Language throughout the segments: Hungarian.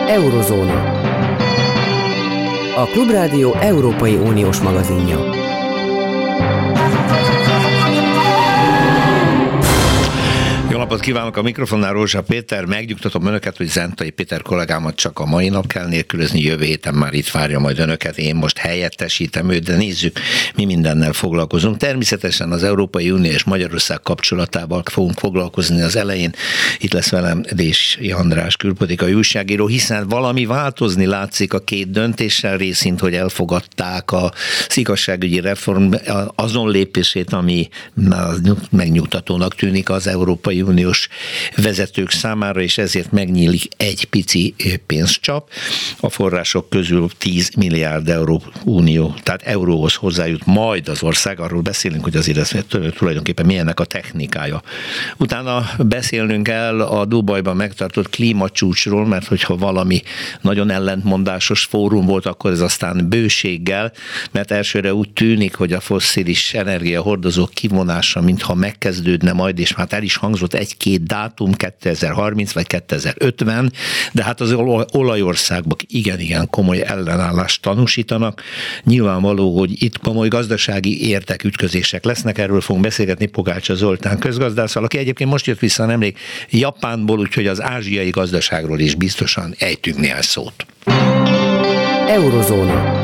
Eurozóna. A Klubrádió Európai Uniós magazinja. Jó napot kívánok, a mikrofonnál Rózsa Péter. Megnyugtatom önöket, hogy Zentai Péter kollégámat csak a mai nap kell nélkülözni, jövő héten már itt várja majd önöket. Én most helyettesítem őt, de nézzük, mi mindennel foglalkozunk. Természetesen az Európai Unió és Magyarország kapcsolatával fogunk foglalkozni az elején. Itt lesz velem Dési András, külpolitikai újságíró, hiszen valami változni látszik a két döntéssel, részint, hogy elfogadták az igazságügyi reform azon lépését, ami megnyugtatónak tűnik az Európai Uniós vezetők számára, és ezért megnyílik egy pici pénzcsap. A források közül 10 milliárd unió, tehát euróhoz hozzájut majd az ország, arról beszélünk, hogy azért ez tulajdonképpen milyennek a technikája. Utána beszélnünk kell a Dubajban megtartott klímacsúcsról, mert hogyha valami nagyon ellentmondásos fórum volt, akkor ez aztán bőséggel, mert elsőre úgy tűnik, hogy a fosszilis energiahordozók kivonása mintha megkezdődne majd, és hát el is hangzott egy-két dátum, 2030 vagy 2050, de hát az olajországok igen komoly ellenállást tanúsítanak. Nyilvánvaló, hogy itt komoly gazdasági érdekütközések lesznek, erről fogunk beszélgetni Pogácsa Zoltán közgazdásszal, aki egyébként most jött vissza nemrég Japánból, úgyhogy az ázsiai gazdaságról is biztosan ejtünk néhány szót. Eurozóna.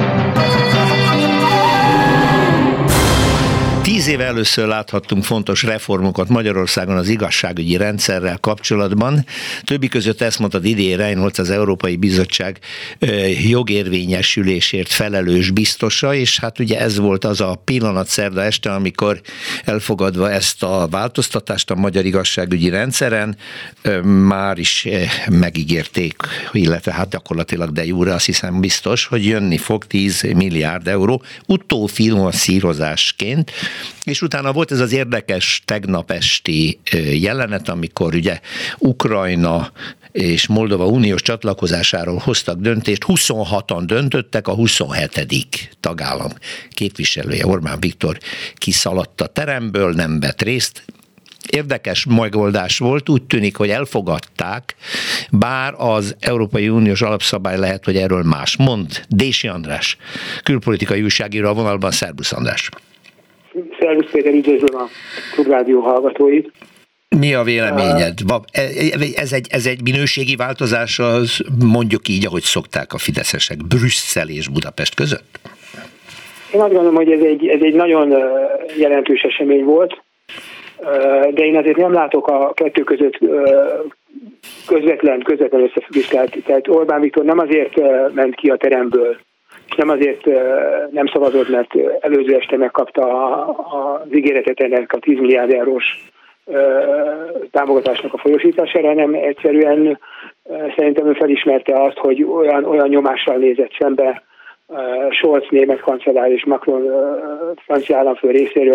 10 éve először láthattunk fontos reformokat Magyarországon az igazságügyi rendszerrel kapcsolatban. Többi között ezt mondta Didier Reynders, az Európai Bizottság jogérvényesülésért felelős biztosa, és hát ugye ez volt az a pillanat szerda este, amikor elfogadva ezt a változtatást a magyar igazságügyi rendszeren, már is megígérték, illetve hát gyakorlatilag de jure azt hiszem biztos, hogy jönni fog 10 milliárd euró utófinanszírozásként. És utána volt ez az érdekes tegnap esti jelenet, amikor ugye Ukrajna és Moldova uniós csatlakozásáról hoztak döntést, 26-an döntöttek, a 27. tagállam képviselője Orbán Viktor kiszaladt a teremből, nem vett részt. Érdekes megoldás volt, úgy tűnik, hogy elfogadták, bár az Európai Uniós alapszabály lehet, hogy erről más mond. Dési András, külpolitikai újságíró a vonalban, szervusz András. Szervusz Péter, üdvözlöm a Klubrádió hallgatóit. Mi a véleményed? Ez egy minőségi változás, az mondjuk így, ahogy szokták a fideszesek, Brüsszel és Budapest között? Én azt gondolom, hogy ez egy nagyon jelentős esemény volt, de én azért nem látok a kettő között közvetlen összefüggést. Tehát Orbán Viktor nem azért ment ki a teremből, és nem azért nem szavazott, mert előző este megkapta az ígéretet ennek a 10 milliárd eurós támogatásnak a folyósítására, hanem egyszerűen szerintem ő felismerte azt, hogy olyan nyomással nézett szembe Scholz német kancellár és Macron francia államfő részéről,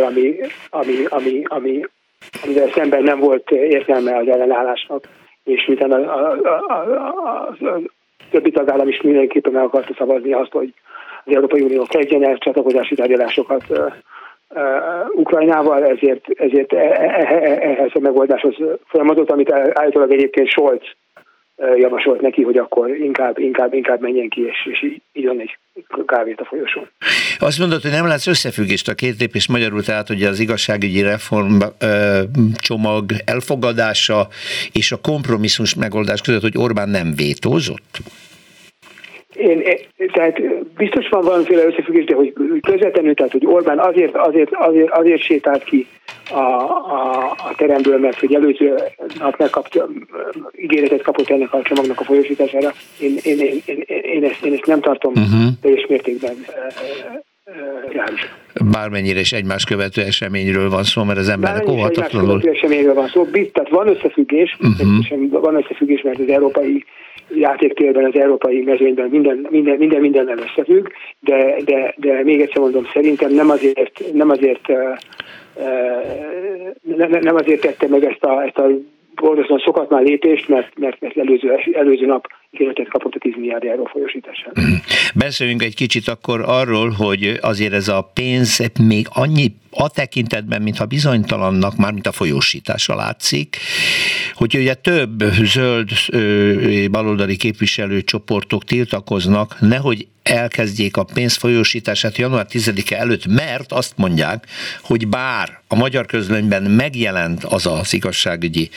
amivel szemben nem volt értelme az ellenállásnak, és miután a többi tagállam is mindenképpen meg akarta szavazni azt, hogy az Európai Unió kezdjen el csatlakozási tárgyalásokat Ukrajnával, ezért ehhez a megoldáshoz folyamodott, amit állítólag egyébként Scholz javasolt neki, hogy akkor inkább menjen ki, és így van egy kávét a folyosón. Azt mondod, hogy nem látsz összefüggést a két lépés, magyarul tehát, hogy az igazságügyi reform csomag elfogadása és a kompromisszumos megoldás között, hogy Orbán nem vétózott? Tehát biztos van valamiféle összefüggés, de hogy közvetlenül, tehát hogy Orbán azért sétált ki a teremből, mert hogy előző nap ígéretet kapott ennek a csomagnak a folyósítására. Én ezt nem tartom teljes mértékben reális. Bármennyire is egymás követő eseményről van szó, mert az embernek óhatatlanul... Bármennyire is eseményről van szó, tehát van összefüggés, mert az európai játéktérben, az európai mezőnyben minden összefügg, de még egyszer mondom, szerintem nem azért tette meg ezt a borzasztóan szokatlan lépést, mert előző nap ígéretet kapott a 10 milliárd euró folyósítására. Beszéljünk egy kicsit akkor arról, hogy azért ez a pénz még annyi a tekintetben, mintha bizonytalannak, már mint a folyósítása látszik, hogy ugye több zöld baloldali képviselőcsoportok tiltakoznak, nehogy elkezdjék a pénz folyósítását január 10-e előtt, mert azt mondják, hogy bár a magyar közlönyben megjelent az az igazságügyi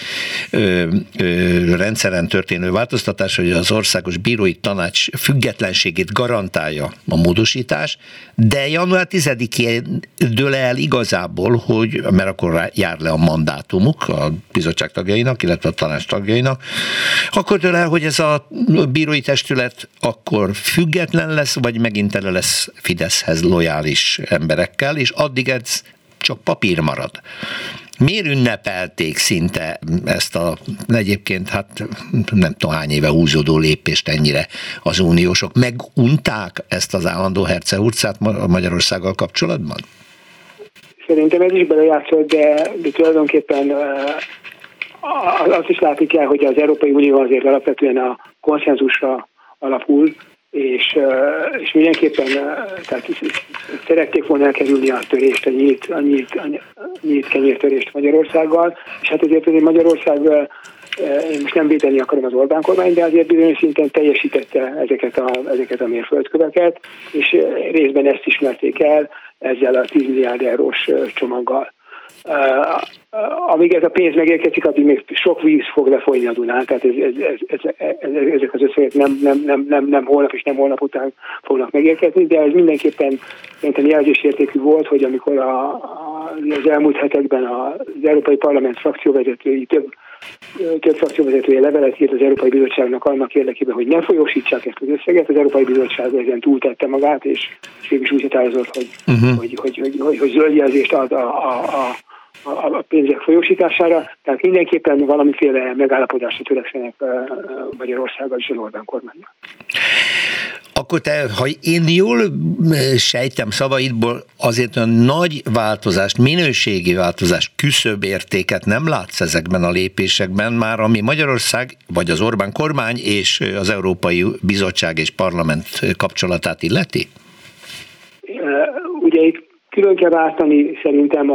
rendszeren történő változtatás, hogy az Országos Bírói Tanács függetlenségét garantálja a módosítás, de január 10-én dől el igazából, hogy, mert akkor jár le a mandátumuk a bizottság tagjainak, illetve a tanács tagjainak, akkor dől el, hogy ez a bírói testület akkor független lesz, vagy megint tele lesz Fideszhez lojális emberekkel, és addig ez csak papír marad. Miért ünnepelték szinte ezt a egyébként, hát nem tudom hány éve húzódó lépést ennyire az uniósok? Megunták ezt az állandó hercehurcát Magyarországgal kapcsolatban? Szerintem ez is belejátszott, de tulajdonképpen azt is látni kell, hogy az Európai Unió azért alapvetően a konszenzusra alapul, és mindenképpen tehát szerették volna elkerülni a törést, a nyílt kenyértörést Magyarországgal, és hát azért Magyarország, én most nem védeni akarom az Orbán kormány, de azért bizonyos szinten teljesítette ezeket a mérföldköveket, és részben ezt ismerték el ezzel a 10 milliárd eurós csomaggal. Amíg ez a pénz megérkezik, addig még sok víz fog lefolyni a Dunán, tehát ezek az összegek nem holnap és nem holnap után fognak megérkezni, de ez mindenképpen szerintem jelzésértékű volt, hogy amikor az elmúlt hetekben az Európai Parlament frakcióvezetői, több frakcióvezetője levelet írt az Európai Bizottságnak annak érdekében, hogy ne folyósítsák ezt az összeget, az Európai Bizottság ezen túltette magát, és mégis úgy határozott, hogy zöld jelzést ad a pénzek folyósítására, tehát mindenképpen valamiféle megállapodásra törekszenek Magyarországgal és az Orbán kormánnyal. Akkor ha én jól sejtem szavaidból, azért a nagy változást, minőségi változást, küszöbértéket nem látsz ezekben a lépésekben már, ami Magyarország, vagy az Orbán kormány és az Európai Bizottság és Parlament kapcsolatát illeti? Ugye itt külön kell választani szerintem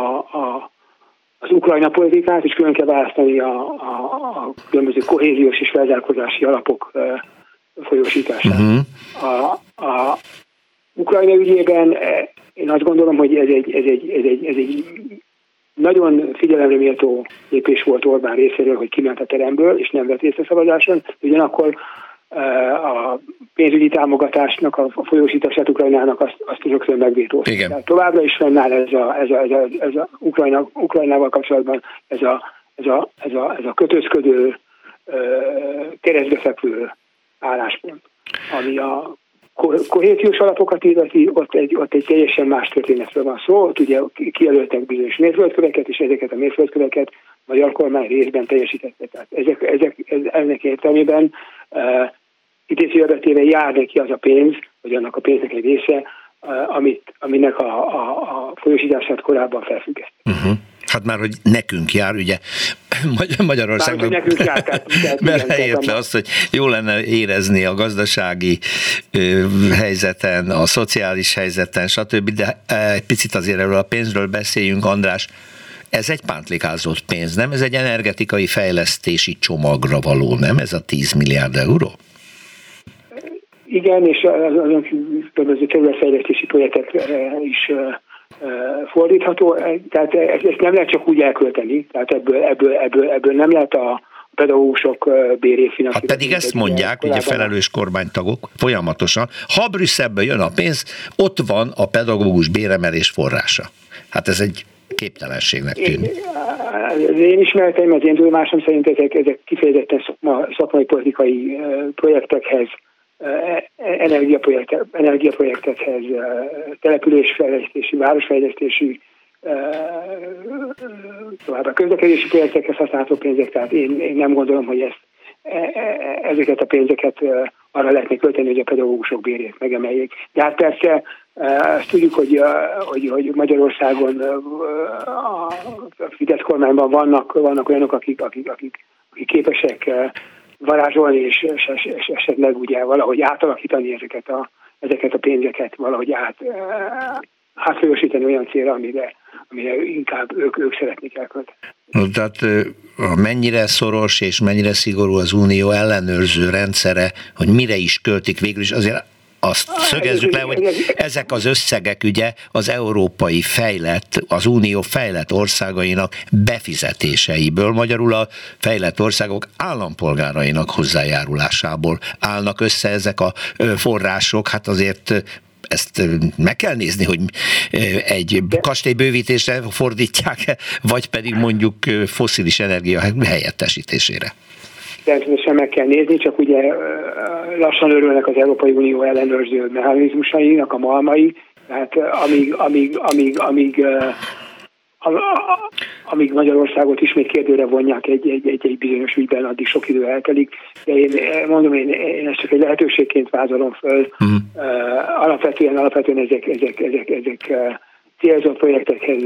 az Ukrajna politikát, és külön kell választani a különböző kohéziós és felzárkózási alapok folyósítását. A Ukrajna ügyében én azt gondolom, hogy ez egy nagyon figyelemre méltó lépés volt Orbán részéről, hogy kiment a teremből, és nem vett részt a szavazáson, ugyanakkor a pénzügyi támogatásnak a folyósítását Ukrajnának azt rögtön megvétózta. Továbbra is fennáll ez a Ukrajnával kapcsolatban ez a kötözködő, keresztbefekvő álláspont, ami a kohéziós alapokat illeti, ott egy teljesen más történetről van szó, ott ugye kijelöltek bizonyos mérföldköveket, és ezeket a mérföldköveket a magyar kormány részben teljesítette. Tehát ennek értelmében idézőjelbe téve jár neki az a pénz, vagy annak a pénznek egy része, aminek a folyósítását korábban felfüggesztett. Hát már, hogy nekünk jár, ugye Magyarországnak beleértve azt, hogy jó lenne érezni a gazdasági helyzeten, a szociális helyzeten, stb., de egy picit azért erről a pénzről beszéljünk, András. Ez egy pántlikázott pénz, nem? Ez egy energetikai fejlesztési csomagra való, nem? Ez a 10 milliárd euró? Igen, és azon különböző területfejlesztési projektekre is fordítható, tehát ezt nem lehet csak úgy elkölteni, tehát ebből nem lehet a pedagógusok bérét finanszírozni. Hát pedig ezt mondják, ugye felelős kormánytagok folyamatosan, ha Brüsszelből jön a pénz, ott van a pedagógus béremelés forrása. Hát ez egy képtelenségnek tűnik. Én ismertem, az én tudomásom szerint ezek kifejezetten szakmai politikai projektekhez, energiaprojektekhez, településfejlesztési, városfejlesztési, továbbá közlekedési projektekhez használható pénzek, tehát én nem gondolom, hogy ezeket a pénzeket arra lehetne költeni, hogy a pedagógusok bérét megemeljék. De hát persze azt tudjuk, hogy Magyarországon a Fidesz kormányban vannak olyanok, akik képesek varázsolni, és esetleg ugye valahogy átalakítani ezeket a pénzeket, valahogy átfolyósítani olyan célra, amire inkább ők szeretnék elkölteni. Tehát mennyire szoros és mennyire szigorú az Unió ellenőrző rendszere, hogy mire is költik végül is, azért azt szögezzük le, hogy ezek az összegek ugye az európai fejlett, az Unió fejlett országainak befizetéseiből, magyarul a fejlett országok állampolgárainak hozzájárulásából állnak össze ezek a források, hát azért ezt meg kell nézni, hogy egy kastélybővítésre fordítják, vagy pedig mondjuk fosszilis energia helyettesítésére. Természetesen meg kell nézni, csak ugye lassan örülnek az Európai Unió ellenőrző mechanizmusainak a malmai, tehát amíg Magyarországot ismét kérdőre vonják egy bizonyos ügyben, addig sok idő eltelik. De én ezt csak egy lehetőségként vázolom föl. Alapvetően ezek célzott projektekhez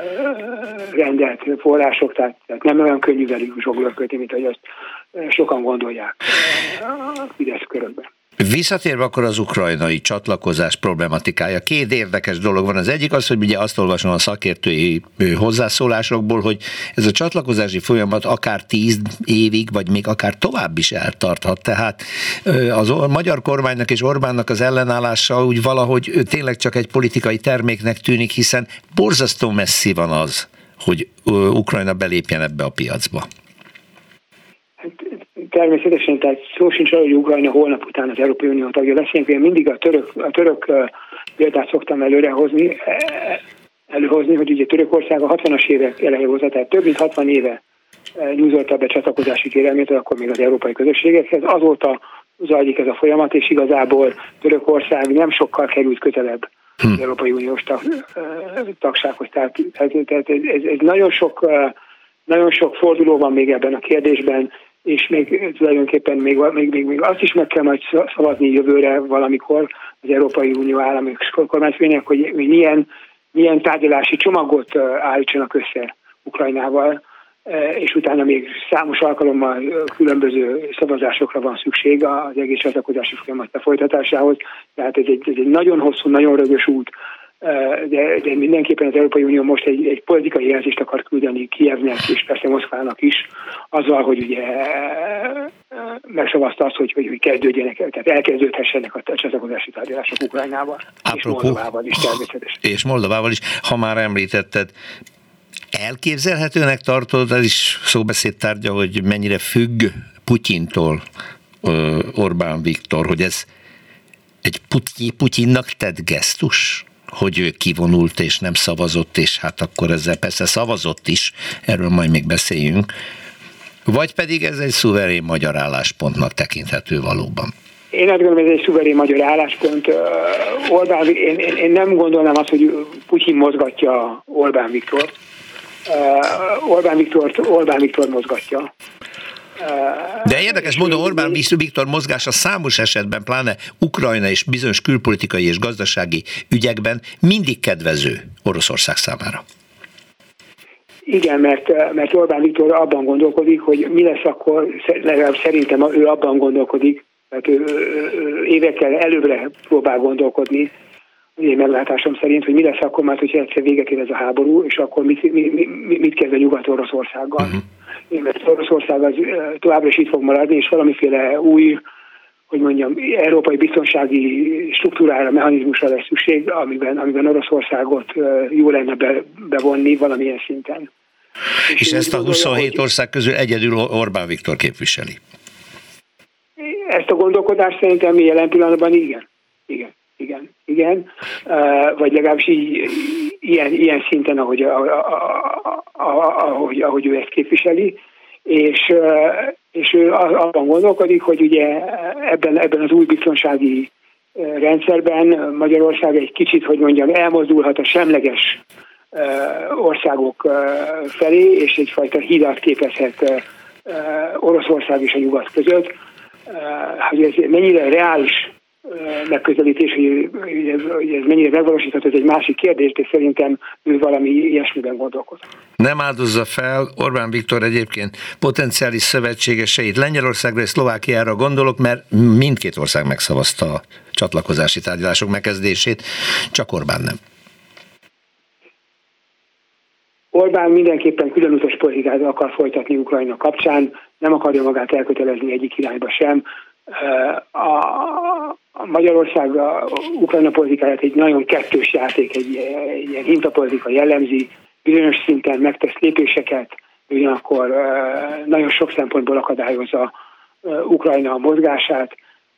rendelt források, tehát nem olyan könnyű velük zsonglőrködni, mint ahogy azt sokan gondolják a Fidesz körökben. Visszatérve akkor az ukrajnai csatlakozás problematikája, két érdekes dolog van. Az egyik az, hogy ugye azt olvasom a szakértői hozzászólásokból, hogy ez a csatlakozási folyamat akár 10 évig, vagy még akár tovább is eltarthat. Tehát a magyar kormánynak és Orbánnak az ellenállása úgy valahogy tényleg csak egy politikai terméknek tűnik, hiszen borzasztó messzi van az, hogy Ukrajna belépjen ebbe a piacba. Természetesen, tehát szó sincs arra, hogy Ukrajna holnap után az Európai Unió tagja lesz. Én mindig a török példát szoktam előhozni, hogy ugye Törökország a 60-as évek elején hozzá, tehát több mint 60 éve nyújtotta be csatlakozási kérelmét, akkor még az európai közösségekhez. Azóta zajlik ez a folyamat, és igazából Törökország nem sokkal került közelebb az Európai Uniós tagsághoz. Tehát ez nagyon sok forduló van még ebben a kérdésben, és még tulajdonképpen még azt is meg kell majd szavazni jövőre valamikor az Európai Unió állam és kormányfőinek, hogy milyen tárgyalási csomagot állítsanak össze Ukrajnával, és utána még számos alkalommal különböző szavazásokra van szükség az egész csatlakozási folyamat lefolytatásához. Tehát ez egy nagyon hosszú, nagyon rögös út, de mindenképpen az Európai Unió most egy politikai jelzést akar küldeni Kijevnek és persze Moszkvának is, azzal, hogy ugye megszavazta azt, hogy kezdődjenek, tehát elkezdődhessenek a csatlakozási tárgyalások Ukrajnával, és Moldovával is természetesen. És Moldovával is, ha már említetted, elképzelhetőnek tartod, ez is szóbeszéd tárgya, hogy mennyire függ Putyintól Orbán Viktor, hogy ez egy Putyinnak tett gesztus, hogy ő kivonult és nem szavazott, és hát akkor ezzel persze szavazott is, erről majd még beszéljünk, vagy pedig ez egy szuverén magyar álláspontnak tekinthető valóban? Én azt gondolom, ez egy szuverén magyar álláspont. Én nem gondolnám azt, hogy Putyin mozgatja Orbán Viktort. Orbán Viktor mozgatja. De érdekes módon Orbán Viktor mozgása számos esetben, pláne Ukrajna és bizonyos külpolitikai és gazdasági ügyekben mindig kedvező Oroszország számára. Igen, mert Orbán Viktor abban gondolkodik, hogy mi lesz akkor, legalább szerintem ő abban gondolkodik, mert ő évekkel előbbre próbál gondolkodni, én meglátásom szerint, hogy mi lesz akkor már, hogyha egyszer véget ér ez a háború, és akkor mit kezd a Nyugat-Oroszországgal. Mert Oroszország az továbbra is itt fog maradni, és valamiféle új, hogy mondjam, európai biztonsági struktúrára, mechanizmusra lesz szükség, amiben Oroszországot jó lenne bevonni valamilyen szinten. És ezt a 27 ország közül egyedül Orbán Viktor képviseli. Ezt a gondolkodást szerintem jelen pillanatban igen. Vagy legalábbis ilyen szinten, ahogy ő ezt képviseli, és ő abban gondolkodik, hogy ugye ebben az új biztonsági rendszerben Magyarország egy kicsit, hogy mondjam, elmozdulhat a semleges országok felé, és egyfajta hidat képezhet Oroszország és a nyugat között. Hogy ez mennyire reális megközelítés, hogy ez mennyire megvalósítható, ez egy másik kérdés, de szerintem ő valami ilyesmiben gondolkozott. Nem áldozza fel Orbán Viktor egyébként potenciális szövetségeseit, Lengyelországra és Szlovákiára gondolok, mert mindkét ország megszavazta a csatlakozási tárgyalások megkezdését, csak Orbán nem. Orbán mindenképpen különutas politikát akar folytatni Ukrajna kapcsán, nem akarja magát elkötelezni egyik irányba sem. A Magyarország Ukrajna politikáját egy nagyon kettős játék, egy ilyen hintapolitika jellemzi, bizonyos szinten megtesz lépéseket, ugyanakkor nagyon sok szempontból akadályozza Ukrajna mozgását.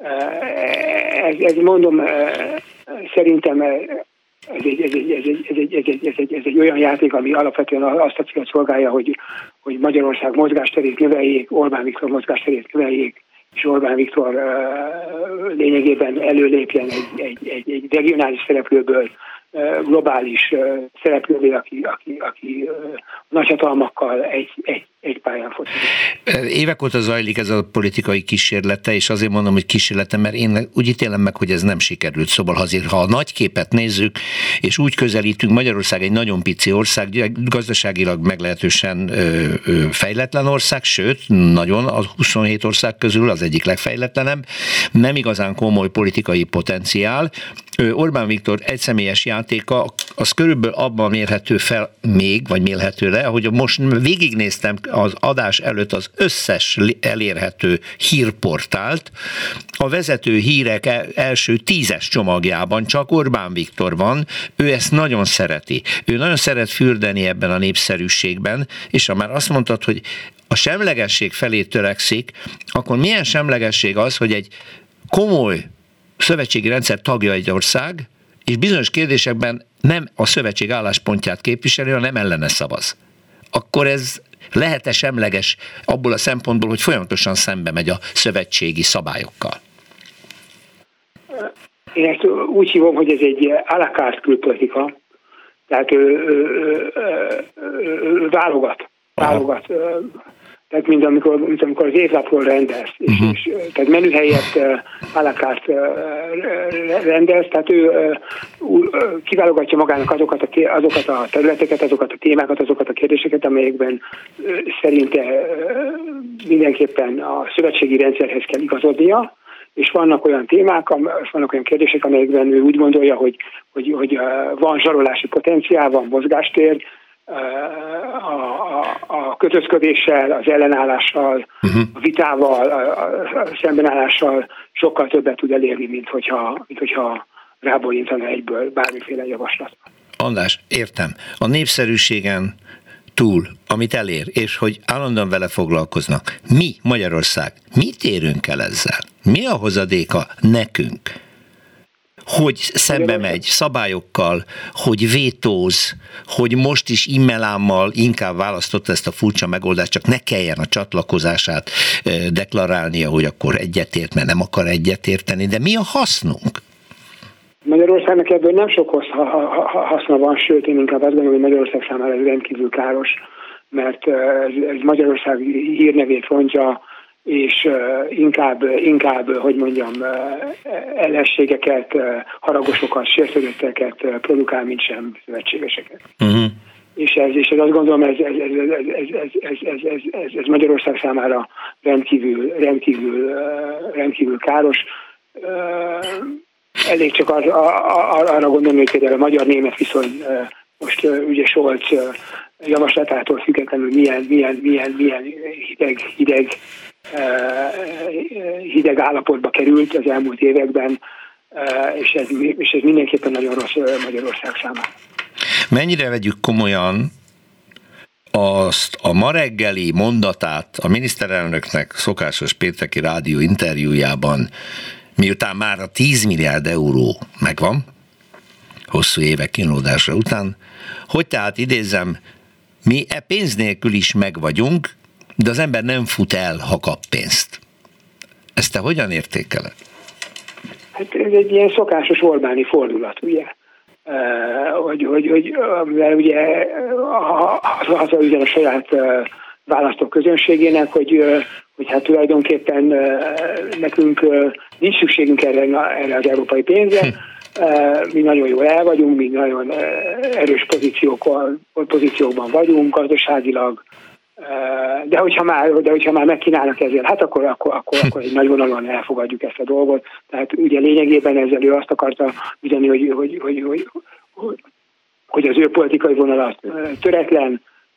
Ez mondom, szerintem ez egy olyan játék, ami alapvetően azt a célt szolgálja, hogy Magyarország mozgásterét növeljék, Orbán Viktor mozgásterét növeljék, és Orbán Viktor lényegében előlépjen egy regionális szereplőből globális szereplővé, aki nagyhatalmakkal egy pályán focizik. Évek óta zajlik ez a politikai kísérlete, és azért mondom, hogy kísérlete, mert én úgy ítélem meg, hogy ez nem sikerült. Szóval azért, ha a nagy képet nézzük, és úgy közelítünk, Magyarország egy nagyon pici ország, gazdaságilag meglehetősen fejletlen ország, sőt, nagyon a 27 ország közül az egyik legfejletlenebb, nem igazán komoly politikai potenciál. Orbán Viktor egyszemélyes játéka, az körülbelül abban mérhető fel még, vagy mérhető le, hogy most végignéztem az adás előtt az összes elérhető hírportált, a vezető hírek első 10-es csomagjában csak Orbán Viktor van, ő ezt nagyon szereti. Ő nagyon szeret fürdeni ebben a népszerűségben, és ha már azt mondtad, hogy a semlegesség felé törekszik, akkor milyen semlegesség az, hogy egy komoly szövetségi rendszer tagja egy ország, és bizonyos kérdésekben nem a szövetség álláspontját képviseli, hanem ellene szavaz. Akkor ez lehet-e semleges abból a szempontból, hogy folyamatosan szembe megy a szövetségi szabályokkal? Én ezt úgy hívom, hogy ez egy à la carte külpolitika, tehát válogat. Tehát mint amikor az évlapról rendelsz, és tehát menü helyett à la carte rendelsz, tehát ő kiválogatja magának azokat a területeket, azokat a témákat, azokat a kérdéseket, amelyekben szerinte mindenképpen a szövetségi rendszerhez kell igazodnia, és vannak olyan témák, és vannak olyan kérdések, amelyekben ő úgy gondolja, hogy van zsarolási potenciál, van mozgástér, a kötözködéssel, az ellenállással, a vitával, a szembenállással sokkal többet tud elérni, mint hogyha rábólintana egyből bármiféle javaslat. András, értem. A népszerűségen túl, amit elér, és hogy állandóan vele foglalkoznak. Mi, Magyarország, mit érünk el ezzel? Mi a hozadéka nekünk? Hogy szembe megy szabályokkal, hogy vétóz, hogy most is immelámmal inkább választotta ezt a furcsa megoldást, csak ne kelljen a csatlakozását deklarálnia, hogy akkor egyetért, mert nem akar egyetérteni, de mi a hasznunk? Magyarországnak ebből nem sok haszna van, sőt, én inkább azt gondolom, hogy Magyarország számára ez rendkívül káros, mert ez Magyarország hírnevét rontja, és inkább, hogy mondjam, ellenségeket, haragosokat, sértődötteket produkál, mint sem szövetségeseket. És ez azt gondolom, ez Magyarország számára rendkívül káros. Elég csak arra gondolni, hogy például a magyar-német viszony most ugye Scholz javaslatától függetlenül milyen hideg állapotba került az elmúlt években, és ez mindenképpen nagyon rossz Magyarország számára. Mennyire vegyük komolyan azt a ma reggeli mondatát a miniszterelnöknek szokásos pénteki rádió interjújában, miután már a 10 milliárd euró megvan, hosszú évek kínlódásra után, hogy tehát idézem, mi pénz nélkül is meg vagyunk, de az ember nem fut el, ha kap pénzt. Ezt te hogyan értékeled? Hát ez egy ilyen szokásos Orbáni fordulat, ugye? Mivel ugye hazaüzen a saját választók közönségének, hát tulajdonképpen nekünk nincs szükségünk erre az európai pénzre, mi nagyon jól el vagyunk, mi nagyon erős pozíciókban vagyunk gazdaságilag, de hogyha már megkínálnak ezzel, hát akkor egy nagy vonalon elfogadjuk ezt a dolgot. Tehát ugye lényegében ezzel ő azt akarta üzenni, hogy az ő politikai vonala töretlen,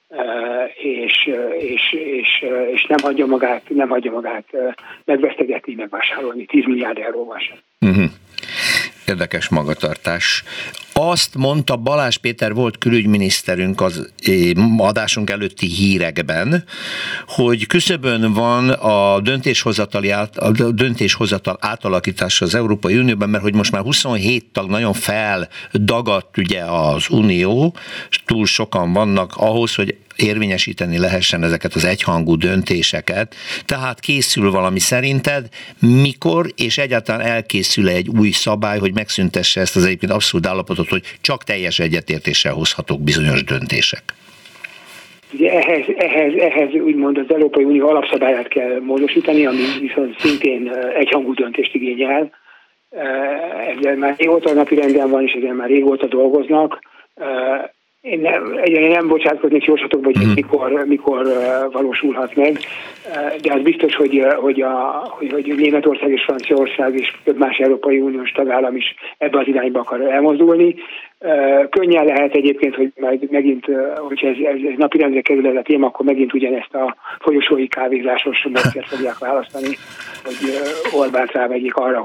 és nem hagyja magát megvesztegetni, megvásárolni 10 milliárd euróval sem. Uh-huh. Érdekes magatartás. Azt mondta Balázs Péter volt külügyminiszterünk az adásunk előtti hírekben, hogy küszöbön van a döntéshozatal átalakítása az Európai Unióban, mert hogy most már 27 tag nagyon feldagadt ugye az Unió, és túl sokan vannak ahhoz, hogy érvényesíteni lehessen ezeket az egyhangú döntéseket. Tehát készül valami szerinted, mikor és egyáltalán elkészül egy új szabály, hogy megszüntesse ezt az egyébként abszurd állapotot, hogy csak teljes egyetértéssel hozhatók bizonyos döntések? Ugye ehhez úgymond az Európai Unió alapszabályát kell módosítani, ami viszont szintén egyhangú döntést igényel. Ezzel már régóta napirenden van, és ezzel már régóta dolgoznak. Én nem bocsátkoznék jóslatokba, hogy mikor valósulhat meg, de az biztos, hogy Németország és Franciaország és több más Európai Uniós tagállam is ebbe az irányba akar elmozdulni. Könnyen lehet egyébként, hogy majd megint, hogyha ez napirendre kerül ez a téma, akkor megint ugyanezt a folyosói kávézásos módszert fogják választani, hogy Orbánt rávegyék arra,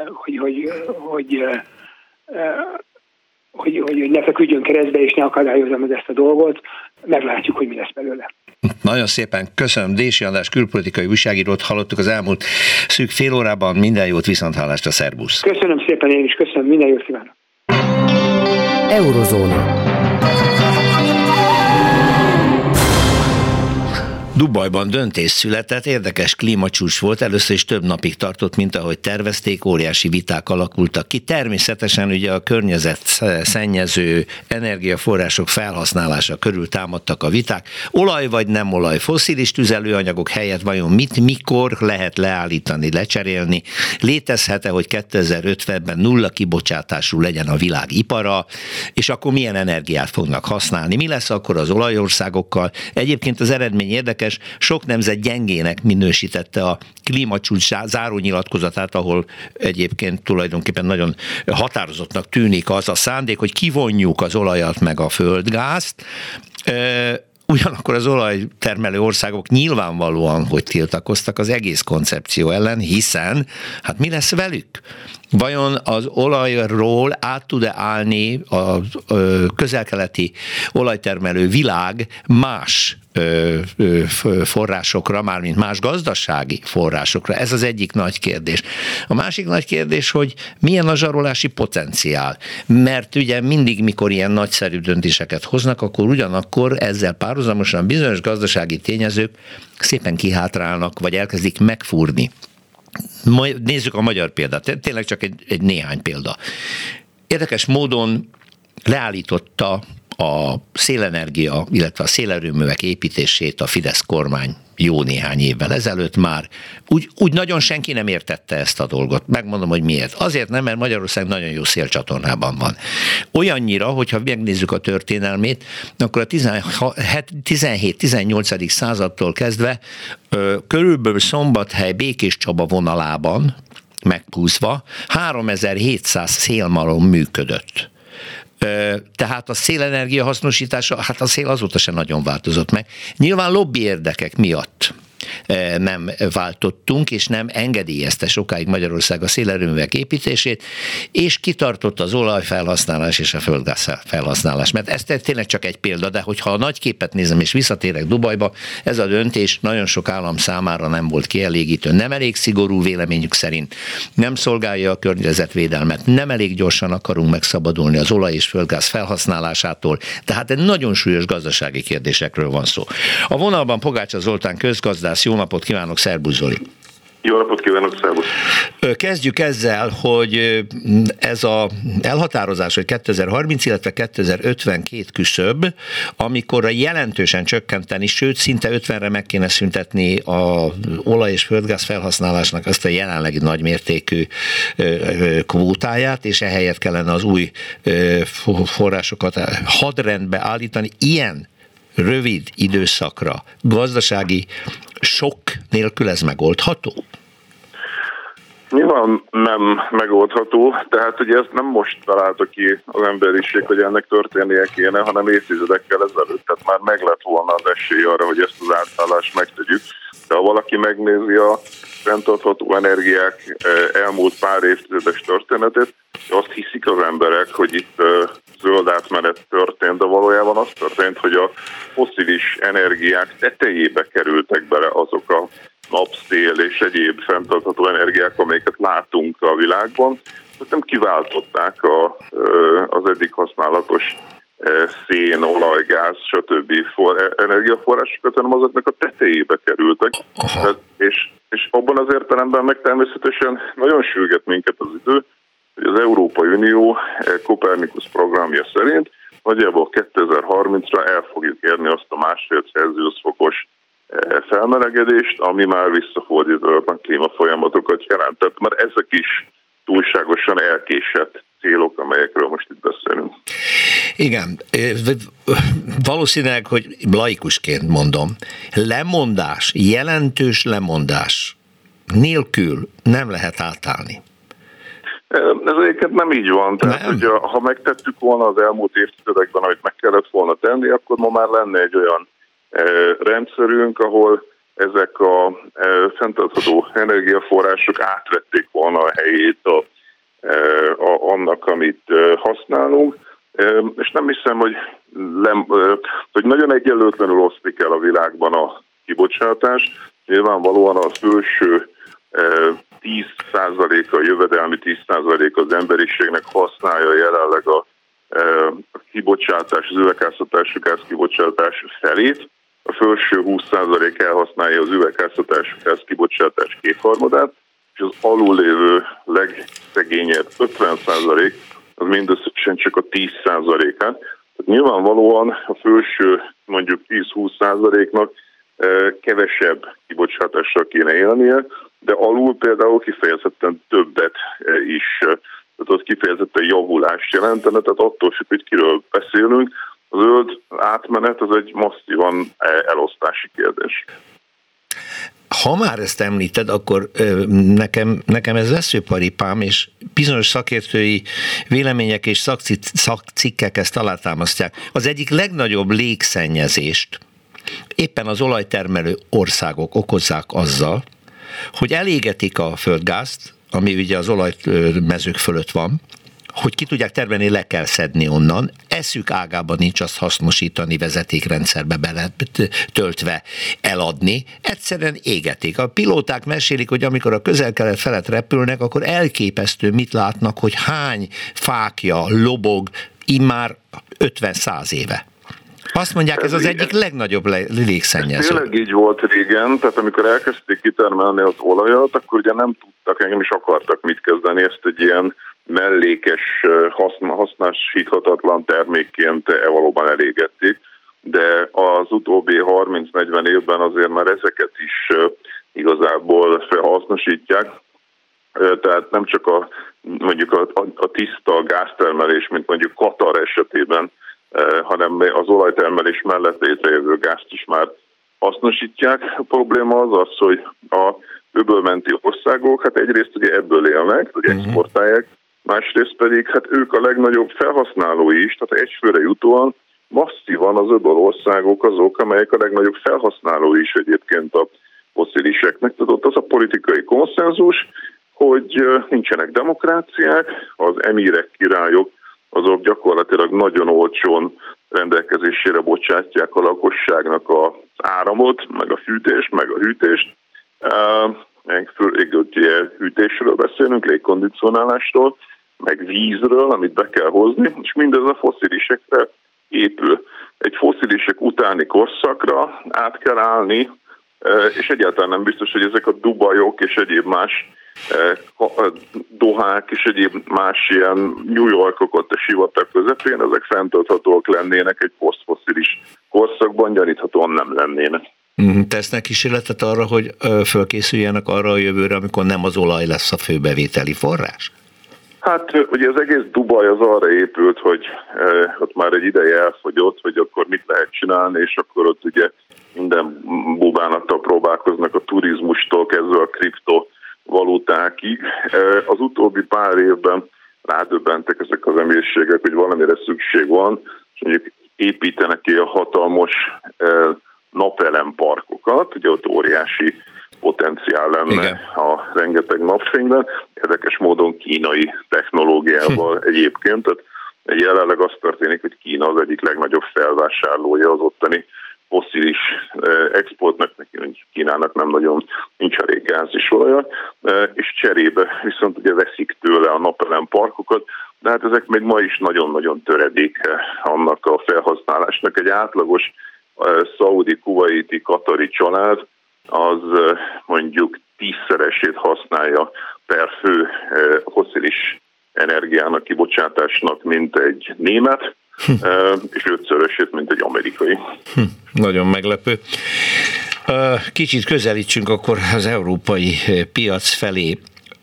hogy ne feküdjön keresztbe, és ne akadályozom ezt a dolgot. Meglátjuk, hogy mi lesz belőle. Nagyon szépen köszönöm. Dési András külpolitikai újságírót hallottuk az elmúlt szűk fél órában. Minden jót, viszonthallásra, a szervusz. Köszönöm szépen, én is köszönöm. Minden jót kívánok. Eurozóna. Dubajban döntés született, érdekes klímacsúcs volt, először is több napig tartott, mint ahogy tervezték, óriási viták alakultak ki. Természetesen ugye a környezet szennyező energiaforrások felhasználása körül támadtak a viták. Olaj vagy nem olaj, fosszilis tüzelőanyagok helyett vajon mikor lehet leállítani, lecserélni? Létezhet-e, hogy 2050-ben nulla kibocsátású legyen a világ ipara, és akkor milyen energiát fognak használni? Mi lesz akkor az olajországokkal? Egyébként az eredmény érdekes, sok nemzet gyengének minősítette a klímacsúcs zárónyilatkozatát, ahol egyébként tulajdonképpen nagyon határozottnak tűnik az a szándék, hogy kivonjuk az olajat meg a földgázt. Ugyanakkor az olajtermelő országok nyilvánvalóan, hogy tiltakoztak az egész koncepció ellen, hiszen, hát mi lesz velük? Vajon az olajról át tud-e állni a közel-keleti olajtermelő világ más forrásokra, mármint más gazdasági forrásokra? Ez az egyik nagy kérdés. A másik nagy kérdés, hogy milyen a zsarolási potenciál. Mert ugye mindig, mikor ilyen nagyszerű döntéseket hoznak, akkor ugyanakkor ezzel párhuzamosan bizonyos gazdasági tényezők szépen kihátrálnak, vagy elkezdik megfúrni. Nézzük a magyar példát, tényleg csak egy néhány példa. Érdekes módon leállította a szélenergia, illetve a szélerőművek építését a Fidesz kormány jó néhány évvel ezelőtt már. Úgy nagyon senki nem értette ezt a dolgot. Megmondom, hogy miért. Azért nem, mert Magyarország nagyon jó szélcsatornában van. Olyannyira, hogyha megnézzük a történelmét, akkor a 17-18. századtól kezdve körülbelül Szombathely Békéscsaba vonalában meghúzva 3700 szélmalom működött. Tehát a szélenergia hasznosítása, hát a szél azóta sem nagyon változott meg. Nyilván lobby érdekek miatt nem váltottunk, és nem engedélyezte sokáig Magyarország a szélerőművek építését, és kitartott az olajfelhasználás és a földgáz felhasználás. Mert ez tényleg csak egy példa, de hogyha a nagy képet nézem, és visszatérek Dubajba, ez a döntés nagyon sok állam számára nem volt kielégítő, nem elég szigorú véleményük szerint, nem szolgálja a környezetvédelmet, nem elég gyorsan akarunk megszabadulni az olaj és földgáz felhasználásától, tehát egy nagyon súlyos gazdasági kérdésekről van szó. A vonalban Pogácsa Zoltán közgazdász. Jó napot kívánok, szerbusz Zoli! Jó napot kívánok, szervusz! Kezdjük ezzel, hogy ez az elhatározás, hogy 2030, illetve 2052 küszöb, amikor jelentősen csökkenteni, sőt szinte 50-re meg kéne szüntetni az olaj- és földgáz felhasználásnak azt a jelenlegi nagymértékű kvótáját, és ehelyett kellene az új forrásokat hadrendbe állítani. Ilyen rövid időszakra gazdasági sok nélkül ez megoldható? Nyilván nem megoldható, tehát ugye ezt nem most találta ki az emberiség, hogy ennek történnie kéne, hanem évtizedekkel ezelőtt, tehát már meg lett volna az esély arra, hogy ezt az átállást megtegyük. De ha valaki megnézi a fenntartható energiák elmúlt pár évtizedes történetét, azt hiszik az emberek, hogy itt zöld átmenet történt, de valójában az történt, hogy a fosszilis energiák tetejébe kerültek bele azok a napszél és egyéb fenntartható energiák, amelyeket látunk a világban, azt nem kiváltották az eddig használatos szén, olaj, gáz, stb. Energiaforrásokat, hanem azoknak a tetejébe kerültek. És abban az értelemben meg természetesen nagyon sürget minket az idő, hogy az Európai Unió Copernicus programja szerint nagyjából 2030-ra el fogjuk érni azt a 1,5 Celsius fokos felmelegedést, ami már visszafordítatlan klímafolyamatokat jelent. Tehát már ezek is túlságosan elkésett célok, amelyekről most itt beszélünk. Igen, valószínűleg, hogy laikusként mondom, lemondás, jelentős lemondás nélkül nem lehet átállni. Ez egyébként nem így van. Tehát, hogy ha megtettük volna az elmúlt évtizedekben, amit meg kellett volna tenni, akkor ma már lenne egy olyan rendszerünk, ahol ezek a fenntartható energiaforrások átvették volna a helyét annak, amit használunk. És nem hiszem, hogy nagyon egyenlőtlenül osztik el a világban a kibocsátás. Nyilvánvalóan a felső 10%-a, jövedelmi 10% az emberiségnek használja jelenleg a kibocsátás, az üvegházhatású gáz kibocsátás felét. A felső 20% elhasználja az üvegházhatású gáz kibocsátás 2/3, és az alullévő legszegényebb 50% az mindösszesen csak a 10%-át. Tehát nyilvánvalóan a felső mondjuk 10-20%-nak kevesebb kibocsátással kéne élnie, de alul például kifejezetten többet is, tehát az kifejezetten javulást jelentene, tehát attól függ, hogy kiről beszélünk. A zöld átmenet az egy masszívan elosztási kérdés. Ha már ezt említed, akkor nekem ez veszőparipám, és bizonyos szakértői vélemények és szakcikkek ezt alátámasztják. Az egyik legnagyobb légszennyezést éppen az olajtermelő országok okozzák azzal, hogy elégetik a földgázt, ami ugye az olajmezők fölött van, hogy ki tudják termelni, le kell szedni onnan, eszük ágában nincs azt hasznosítani, vezetékrendszerbe beletöltve eladni, egyszerűen égetik. A pilóták mesélik, hogy amikor a közel-kelet felett repülnek, akkor elképesztő mit látnak, hogy hány fákja lobog immár 50-100 éve. Azt mondják, ez az egyik legnagyobb légszennyező. Tényleg így volt régen, tehát amikor elkezdték kitermelni az olajat, akkor ugye nem tudtak, engem is akartak mit kezdeni, ezt egy ilyen mellékes, hasznosíthatatlan termékként valóban elégették, de az utóbbi 30-40 évben azért már ezeket is igazából felhasznosítják. Tehát nem csak mondjuk a tiszta gáztermelés, mint mondjuk Katar esetében, hanem az olajtermelés mellett létrejövő gázt is már hasznosítják. A probléma az, hogy a öbölmenti országok, hát egyrészt ugye ebből élnek, hogy exportálják, másrészt pedig hát ők a legnagyobb felhasználói is, tehát egyfőre jutóan masszívan az öböl országok azok, amelyek a legnagyobb felhasználói is egyébként a fossziliseknek. Tehát ott az a politikai konszenzus, hogy nincsenek demokráciák, az emírek, királyok, azok gyakorlatilag nagyon olcsón rendelkezésére bocsátják a lakosságnak az áramot, meg a fűtést, meg a hűtést. Hűtésről beszélünk, légkondicionálásról, meg vízről, amit be kell hozni, és mindez a fosszilisekre épül. Egy fosszilisek utáni korszakra át kell állni és egyáltalán nem biztos, hogy ezek a Dubajok és egyéb más Dohák és egyéb más ilyen New Yorkok ott a sivatag közepén, ezek fenntarthatóak lennének egy posztfosszilis korszakban, gyaníthatóan nem lennének. Tesznek kísérletet arra, hogy fölkészüljenek arra a jövőre, amikor nem az olaj lesz a főbevételi forrás? Hát ugye az egész Dubaj az arra épült, hogy ott már egy ideje elfogyott, hogy akkor mit lehet csinálni, és akkor ott ugye minden bubánattal próbálkoznak a turizmustól kezdve a kriptovalutákig. Az utóbbi pár évben rádöbbentek ezek az emírségek, hogy valamire szükség van, és mondjuk építenek ki a hatalmas napelemparkokat, ugye ott óriási potenciál lenne. Igen. A rengeteg napfényben, érdekes módon kínai technológiával egyébként, tehát jelenleg az történik, hogy Kína az egyik legnagyobb felvásárlója az ottani fosszilis exportnak, Kínának nem nagyon nincs elég gáz és olaja, és cserébe viszont ugye veszik tőle a napelemparkokat, de hát ezek még ma is nagyon-nagyon töredéke annak a felhasználásnak. Egy átlagos szaudi, kuvaiti, katari család az mondjuk 10-szeresét használja per fő fosszilis energiának, kibocsátásnak, mint egy német, és 5-szörösét, mint egy amerikai. Nagyon meglepő. Kicsit közelítsünk akkor az európai piac felé.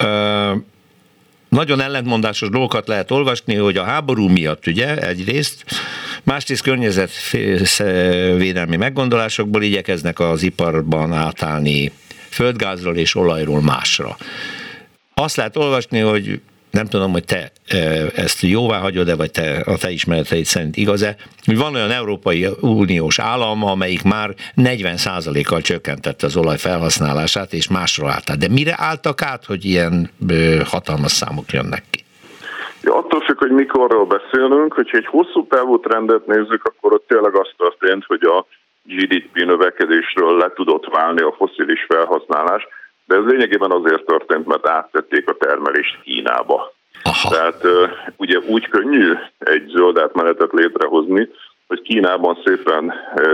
Nagyon ellentmondásos dolgokat lehet olvasni, hogy a háború miatt ugye egyrészt, másrészt környezetvédelmi meggondolásokból igyekeznek az iparban átállni földgázról és olajról másra. Azt lehet olvasni, hogy nem tudom, hogy te ezt jóvá hagyod-e, vagy a te ismereteid szerint igaz-e, hogy van olyan Európai Uniós állam, amelyik már 40%-kal csökkentette az olaj felhasználását, és másra állt át. De mire álltak át, hogy ilyen hatalmas számok jönnek ki? Ja, attól függ, hogy mikorról beszélünk, hogyha egy hosszú távú trendet nézzük, akkor ott tényleg az történt, hogy a GDP növekedésről le tudott válni a fosszilis felhasználás, de ez lényegében azért történt, mert áttették a termelést Kínába. Aha. Tehát ugye úgy könnyű egy zöld átmenetet létrehozni, hogy Kínában szépen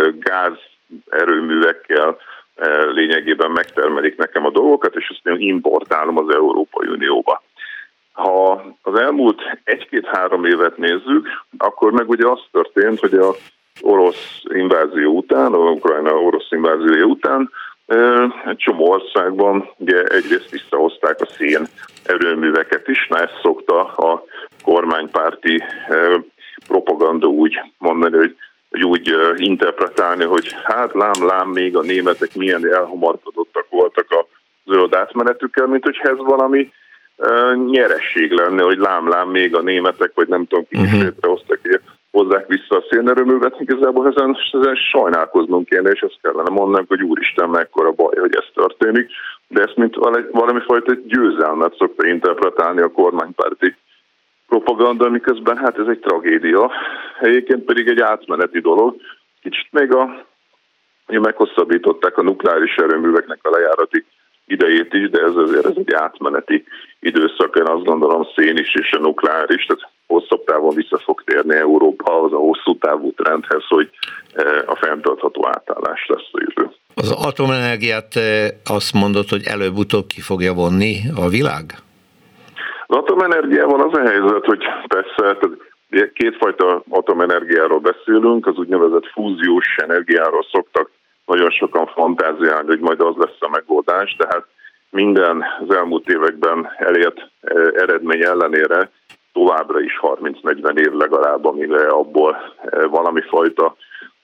gázerőművekkel lényegében megtermelik nekem a dolgokat, és azt én importálom az Európai Unióba. Ha az elmúlt 1-2-3 évet nézzük, akkor meg ugye az történt, hogy az orosz invázió után, a Ukrajna orosz inváziója után egy csomó országban ugye egyrészt visszahozták a szén erőműveket is, mert ezt szokta a kormánypárti propaganda úgy mondani, hogy úgy interpretálni, hogy hát lám, még a németek milyen elhamarkodottak voltak a zöld átmenetükkel, mint hogy ez valami nyeresség lenne, hogy lám, még a németek, vagy nem tudom, kik is létrehoztak, hozzák vissza a szénerőművet, igazából ezen sajnálkoznunk kéne, és ezt kellene mondanunk, hogy úristen, mekkora baj, hogy ez történik, de ezt mint valami fajta győzelmet szokta interpretálni a kormánypárti propaganda, miközben hát ez egy tragédia, egyébként pedig egy átmeneti dolog. Kicsit még meghosszabbították a nukleáris erőműveknek a lejárati idejét is, de ez egy átmeneti időszak, én azt gondolom szén is és a nukleáris, tehát hosszabb távon vissza fog térni Európa az a hosszú távú trendhez, hogy a fenntartható átállás lesz a jövő. Az atomenergiát azt mondod, hogy előbb-utóbb ki fogja vonni a világ? Az atomenergiával az a helyzet, hogy persze kétfajta atomenergiáról beszélünk, az úgynevezett fúziós energiáról szoktak nagyon sokan fantáziálni, hogy majd az lesz a megoldás, tehát minden az elmúlt években elért eredmény ellenére továbbra is 30-40 év legalább, amire abból valami fajta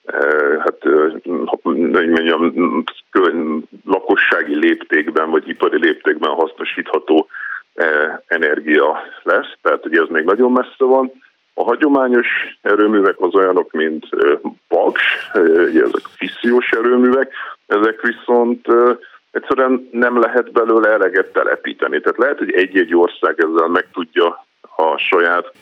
lakossági léptékben vagy ipari léptékben hasznosítható energia lesz, tehát ugye ez még nagyon messze van. A hagyományos erőművek az olyanok, mint Paks, ezek fissziós erőművek, ezek viszont egyszerűen nem lehet belőle eleget telepíteni. Tehát lehet, hogy egy-egy ország ezzel meg tudja a saját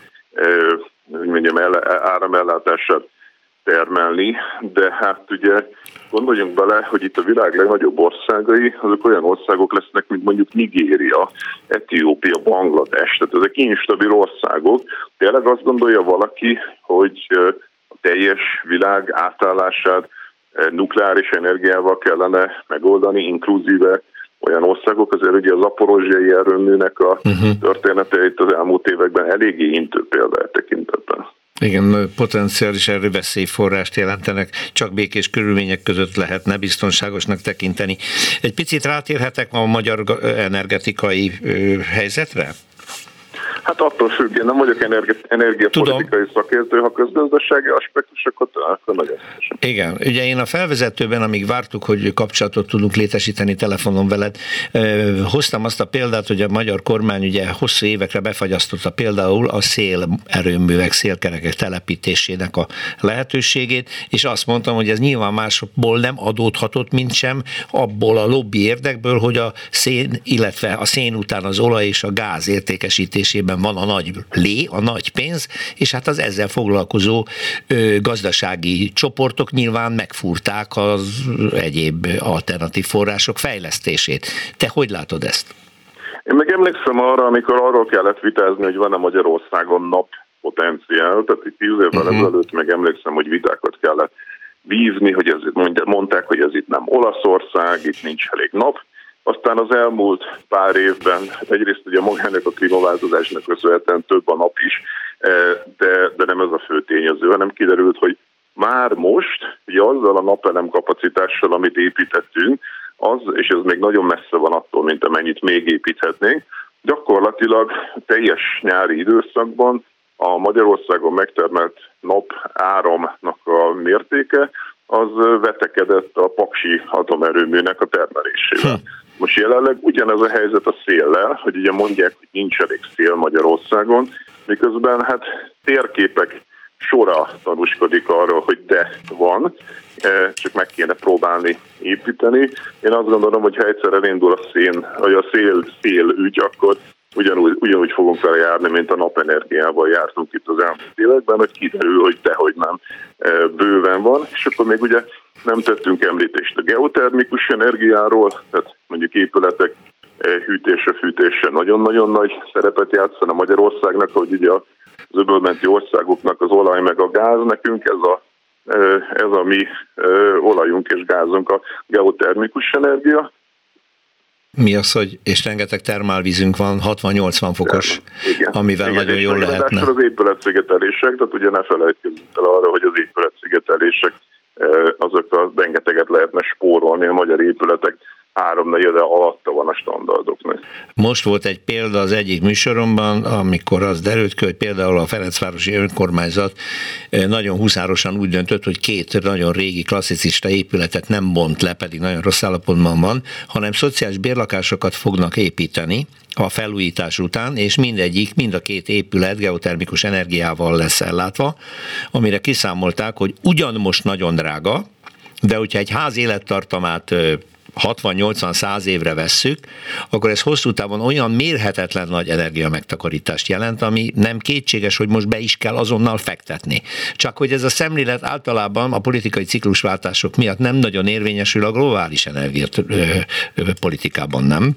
áramellátását termelni, de hát ugye gondoljunk bele, hogy itt a világ legnagyobb országai, azok olyan országok lesznek, mint mondjuk Nigéria, Etiópia, Banglades, tehát ezek instabil országok. Tényleg azt gondolja valaki, hogy a teljes világ átállását nukleáris energiával kellene megoldani, inkluzíve olyan országok, azért ugye a zaporozsiai erőműnek a története itt az elmúlt években eléggé intő példa tekintetben. Igen, potenciális erőveszélyforrást jelentenek, csak békés körülmények között lehetne biztonságosnak tekinteni. Egy picit rátérhetek a magyar energetikai helyzetre? Hát attól függ, én nem vagyok energiapolitikai szakértő, ha közgazdasági aspektusokat, akkor nagyon szépen. Igen, ugye én a felvezetőben, amíg vártuk, hogy kapcsolatot tudunk létesíteni telefonon veled, hoztam azt a példát, hogy a magyar kormány ugye hosszú évekre befagyasztotta például a szélerőművek, szélkerekek telepítésének a lehetőségét, és azt mondtam, hogy ez nyilván másból nem adódhatott, mint sem abból a lobby érdekből, hogy a szén, illetve a szén után az olaj és a gáz értékesítésében van a nagy a nagy pénz, és hát az ezzel foglalkozó gazdasági csoportok nyilván megfúrták az egyéb alternatív források fejlesztését. Te hogy látod ezt? Én meg emlékszem arra, amikor arról kellett vitázni, hogy van-e Magyarországon nappotenciál, tehát itt 10 évvel ezelőtt meg emlékszem, hogy vitákat kellett vívni, hogy mondták, hogy ez itt nem Olaszország, itt nincs elég nap. Aztán az elmúlt pár évben, egyrészt ugye magának a klímaváltozásnak köszönhetően több a nap is, de nem ez a fő tényező, hanem kiderült, hogy már most, ugye azzal a napelem kapacitással, amit építettünk, és ez még nagyon messze van attól, mint amennyit még építhetnénk, gyakorlatilag teljes nyári időszakban a Magyarországon megtermelt nap áramnak a mértéke, az vetekedett a paksi atomerőműnek a termelésével. Most jelenleg ugyanez a helyzet a széllel, hogy ugye mondják, hogy nincs elég szél Magyarországon, miközben hát térképek sora tanúskodik arról, hogy de van, csak meg kéne próbálni építeni. Én azt gondolom, hogy ha egyszer elindul a szél ügy, akkor ugyanúgy fogunk vele járni, mint a napenergiával jártunk itt az elmúlt években, hogy kiderül, hogy dehogy nem bőven van, és akkor még ugye nem tettünk említést a geotermikus energiáról, tehát mondjuk épületek hűtése-fűtése nagyon-nagyon nagy szerepet játszana Magyarországnak, hogy ugye az öbölmenti országoknak az olaj meg a gáz, nekünk ez a mi olajunk és gázunk a geotermikus energia. Mi az, hogy és rengeteg termálvízünk van, 60-80 fokos, igen, amivel igen, nagyon jól lehetne. Az épületszigetelések, tehát ugye ne felejtkezzünk el arra, hogy az épületszigetelések azokkal rengeteget lehetne spórolni, a magyar épületek 3/4 alatta van a standardoknak. Most volt egy példa az egyik műsoromban, amikor az derült ki, hogy például a Ferencvárosi önkormányzat nagyon huszárosan úgy döntött, hogy 2 nagyon régi klasszicista épületet nem bont le, pedig nagyon rossz állapotban van, hanem szociális bérlakásokat fognak építeni a felújítás után, és mind a 2 épület geotermikus energiával lesz ellátva, amire kiszámolták, hogy ugyan most nagyon drága, de hogyha egy ház élettartamát 60-80-100 évre vesszük, akkor ez hosszú távon olyan mérhetetlen nagy energiamegtakarítást jelent, ami nem kétséges, hogy most be is kell azonnal fektetni. Csak hogy ez a szemlélet általában a politikai ciklusváltások miatt nem nagyon érvényesül a globális energiapolitikában, nem?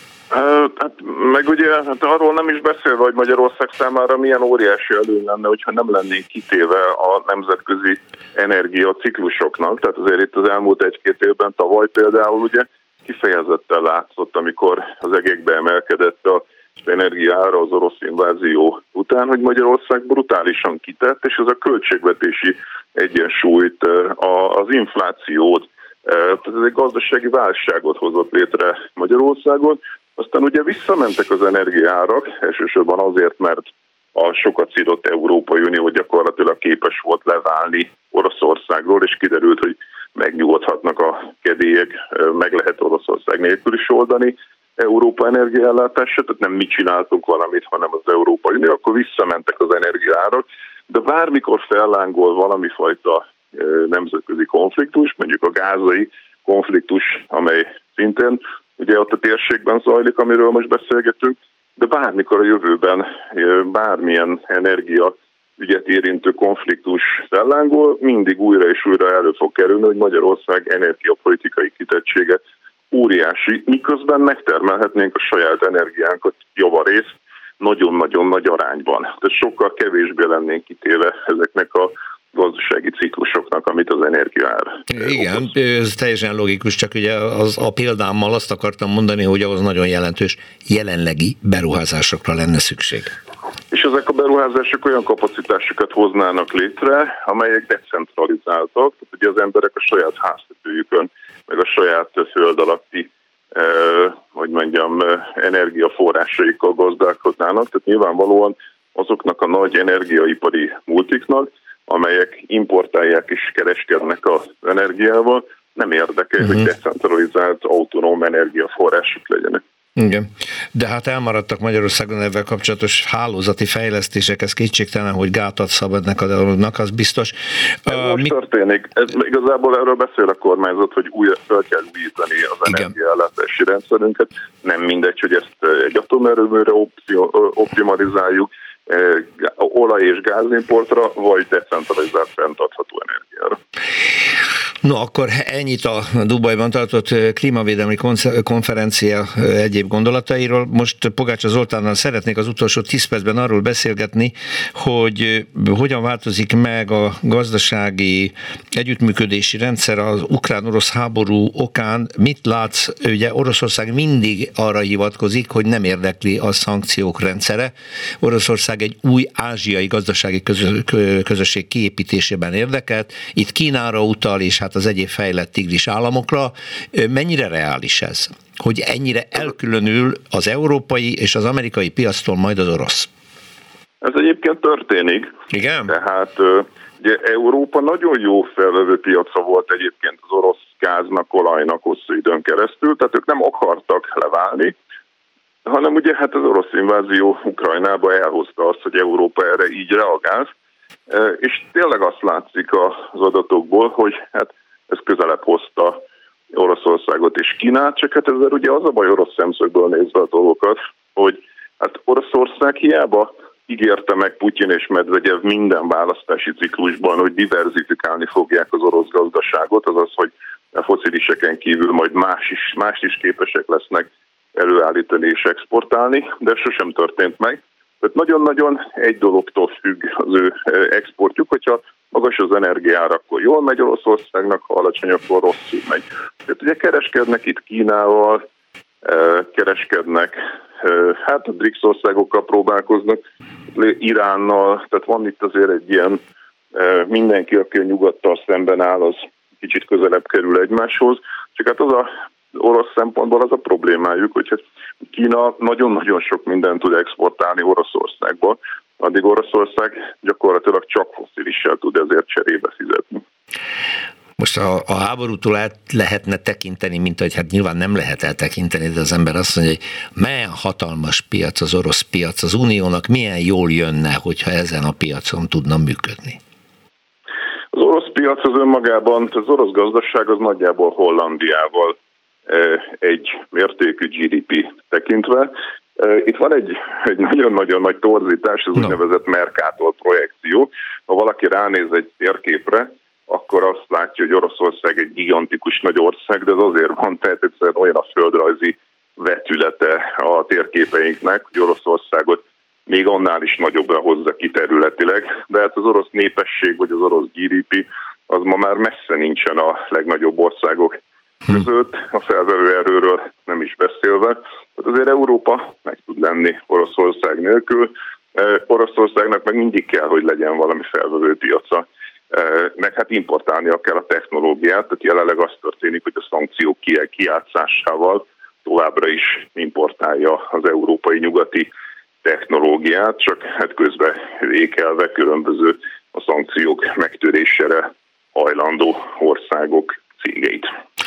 Hát meg ugye arról nem is beszélve, hogy Magyarország számára milyen óriási előny lenne, hogyha nem lennénk kitéve a nemzetközi energiaciklusoknak. Tehát azért itt az elmúlt 1-2 évben, tavaly például ugye kifejezetten látszott, amikor az egekbe emelkedett az energiaára az orosz invázió után, hogy Magyarország brutálisan kitett, és ez a költségvetési egyensúlyt, az inflációt, tehát ez egy gazdasági válságot hozott létre Magyarországon. Aztán ugye visszamentek az energiaárak, elsősorban azért, mert a sokat szidott Európai Unió gyakorlatilag képes volt leválni Oroszországról, és kiderült, hogy megnyugodhatnak a kedélyek, meg lehet Oroszország nélkül is oldani Európa energiaellátását, tehát nem mi csináltunk valamit, hanem az Európai Unió, akkor visszamentek az energiaárak, de bármikor fellángol valami fajta nemzetközi konfliktus, mondjuk a gázai konfliktus, amely szintén ugye ott a térségben zajlik, amiről most beszélgetünk, de bármikor a jövőben bármilyen energia ügyet érintő konfliktus fellángol, mindig újra és újra elő fog kerülni, hogy Magyarország energiapolitikai kitettsége óriási, miközben megtermelhetnénk a saját energiánkat javarészt nagyon-nagyon nagy arányban. Tehát sokkal kevésbé lennénk kitéve ezeknek a gazdasági ciklusoknak, amit az energiaár. Igen, ez teljesen logikus, csak ugye a példámmal azt akartam mondani, hogy ahhoz nagyon jelentős jelenlegi beruházásokra lenne szükség. És ezek a beruházások olyan kapacitásokat hoznának létre, amelyek decentralizáltak, tehát ugye az emberek a saját háztetőjükön, meg a saját föld alatti energiaforrásaikkal gazdálkodnának, tehát nyilvánvalóan azoknak a nagy energiaipari multiknak, amelyek importálják és kereskednek az energiával, nem érdekel, hogy decentralizált, autonóm energiaforrások legyenek. Igen, de hát elmaradtak Magyarországon ezzel kapcsolatos hálózati fejlesztések, ez kétségtelen, hogy gátat szabadnak a dolognak, az biztos. Ez most történik. Igazából erről beszél a kormányzat, hogy fel kell újítani az energiaellátási rendszerünket. Nem mindegy, hogy ezt egy atomerőműre optimalizáljuk, olaj- és gázimportra, vagy decentralizált fenntartható energiára. No, akkor ennyit a Dubajban tartott klímavédelmi konferencia egyéb gondolatairól. Most Pogácsa Zoltánnal szeretnék az utolsó 10 percben arról beszélgetni, hogy hogyan változik meg a gazdasági együttműködési rendszer az ukrán-orosz háború okán. Mit látsz? Ugye Oroszország mindig arra hivatkozik, hogy nem érdekli a szankciók rendszere. Oroszország egy új ázsiai gazdasági közösség kiépítésében érdekelt. Itt Kínára utal, és hát az egyéb fejlett tigris államokra. Mennyire reális ez? Hogy ennyire elkülönül az európai és az amerikai piactól majd az orosz? Ez egyébként történik. Igen? Tehát ugye Európa nagyon jó felvevő piaca volt egyébként az orosz gáznak, olajnak hosszú időn keresztül, tehát ők nem akartak leválni, hanem ugye hát az orosz invázió Ukrajnába elhozta azt, hogy Európa erre így reagál, és tényleg azt látszik az adatokból, hogy hát ez közelebb hozta Oroszországot és Kínát, csak hát ezzel ugye az a baj orosz szemszögből nézve a dolgokat, hogy hát Oroszország hiába ígérte meg Putyin és Medvegyev minden választási ciklusban, hogy diverzifikálni fogják az orosz gazdaságot, azaz, hogy a fossziliseken kívül majd más is képesek lesznek előállítani és exportálni, de sosem történt meg. Tehát nagyon-nagyon egy dologtól függ az ő exportjuk, hogyha magas az energiára, akkor jól megy Oroszországnak, ha alacsony, akkor rosszul megy. Tehát ugye kereskednek itt Kínával, kereskednek, hát a BRICS országokkal próbálkoznak, Iránnal, tehát van itt azért egy ilyen mindenki, aki a nyugattal szemben áll, az kicsit közelebb kerül egymáshoz, csak hát az orosz szempontból az a problémájuk, hogy Kína nagyon-nagyon sok mindent tud exportálni Oroszországba, addig Oroszország gyakorlatilag csak fosszilissel tud ezért cserébe fizetni. Most a háborútól lehetne tekinteni, mint hogy hát nyilván nem lehet eltekinteni, de az ember azt mondja, hogy milyen hatalmas piac az orosz piac, az Uniónak milyen jól jönne, hogyha ezen a piacon tudna működni. Az orosz piac az önmagában, az orosz gazdaság az nagyjából Hollandiával egy mértékű GDP tekintve. Itt van egy nagyon-nagyon nagy torzítás, ez úgynevezett Mercator projekció. Ha valaki ránéz egy térképre, akkor azt látja, hogy Oroszország egy gigantikus nagy ország, de ez azért van, tehát egyszerűen olyan a földrajzi vetülete a térképeinknek, hogy Oroszországot még annál is nagyobbra hozza ki területileg, de hát az orosz népesség vagy az orosz GDP az ma már messze nincsen a legnagyobb országok között, a felvevő erőről nem is beszélve. Tehát azért Európa meg tud lenni Oroszország nélkül. Oroszországnak meg mindig kell, hogy legyen valami felvevő piaca. Meg hát importálnia kell a technológiát, tehát jelenleg az történik, hogy a szankciók kijátszásával továbbra is importálja az európai nyugati technológiát, csak hát közben ékelve különböző a szankciók megtörésére hajlandó országok cégeit.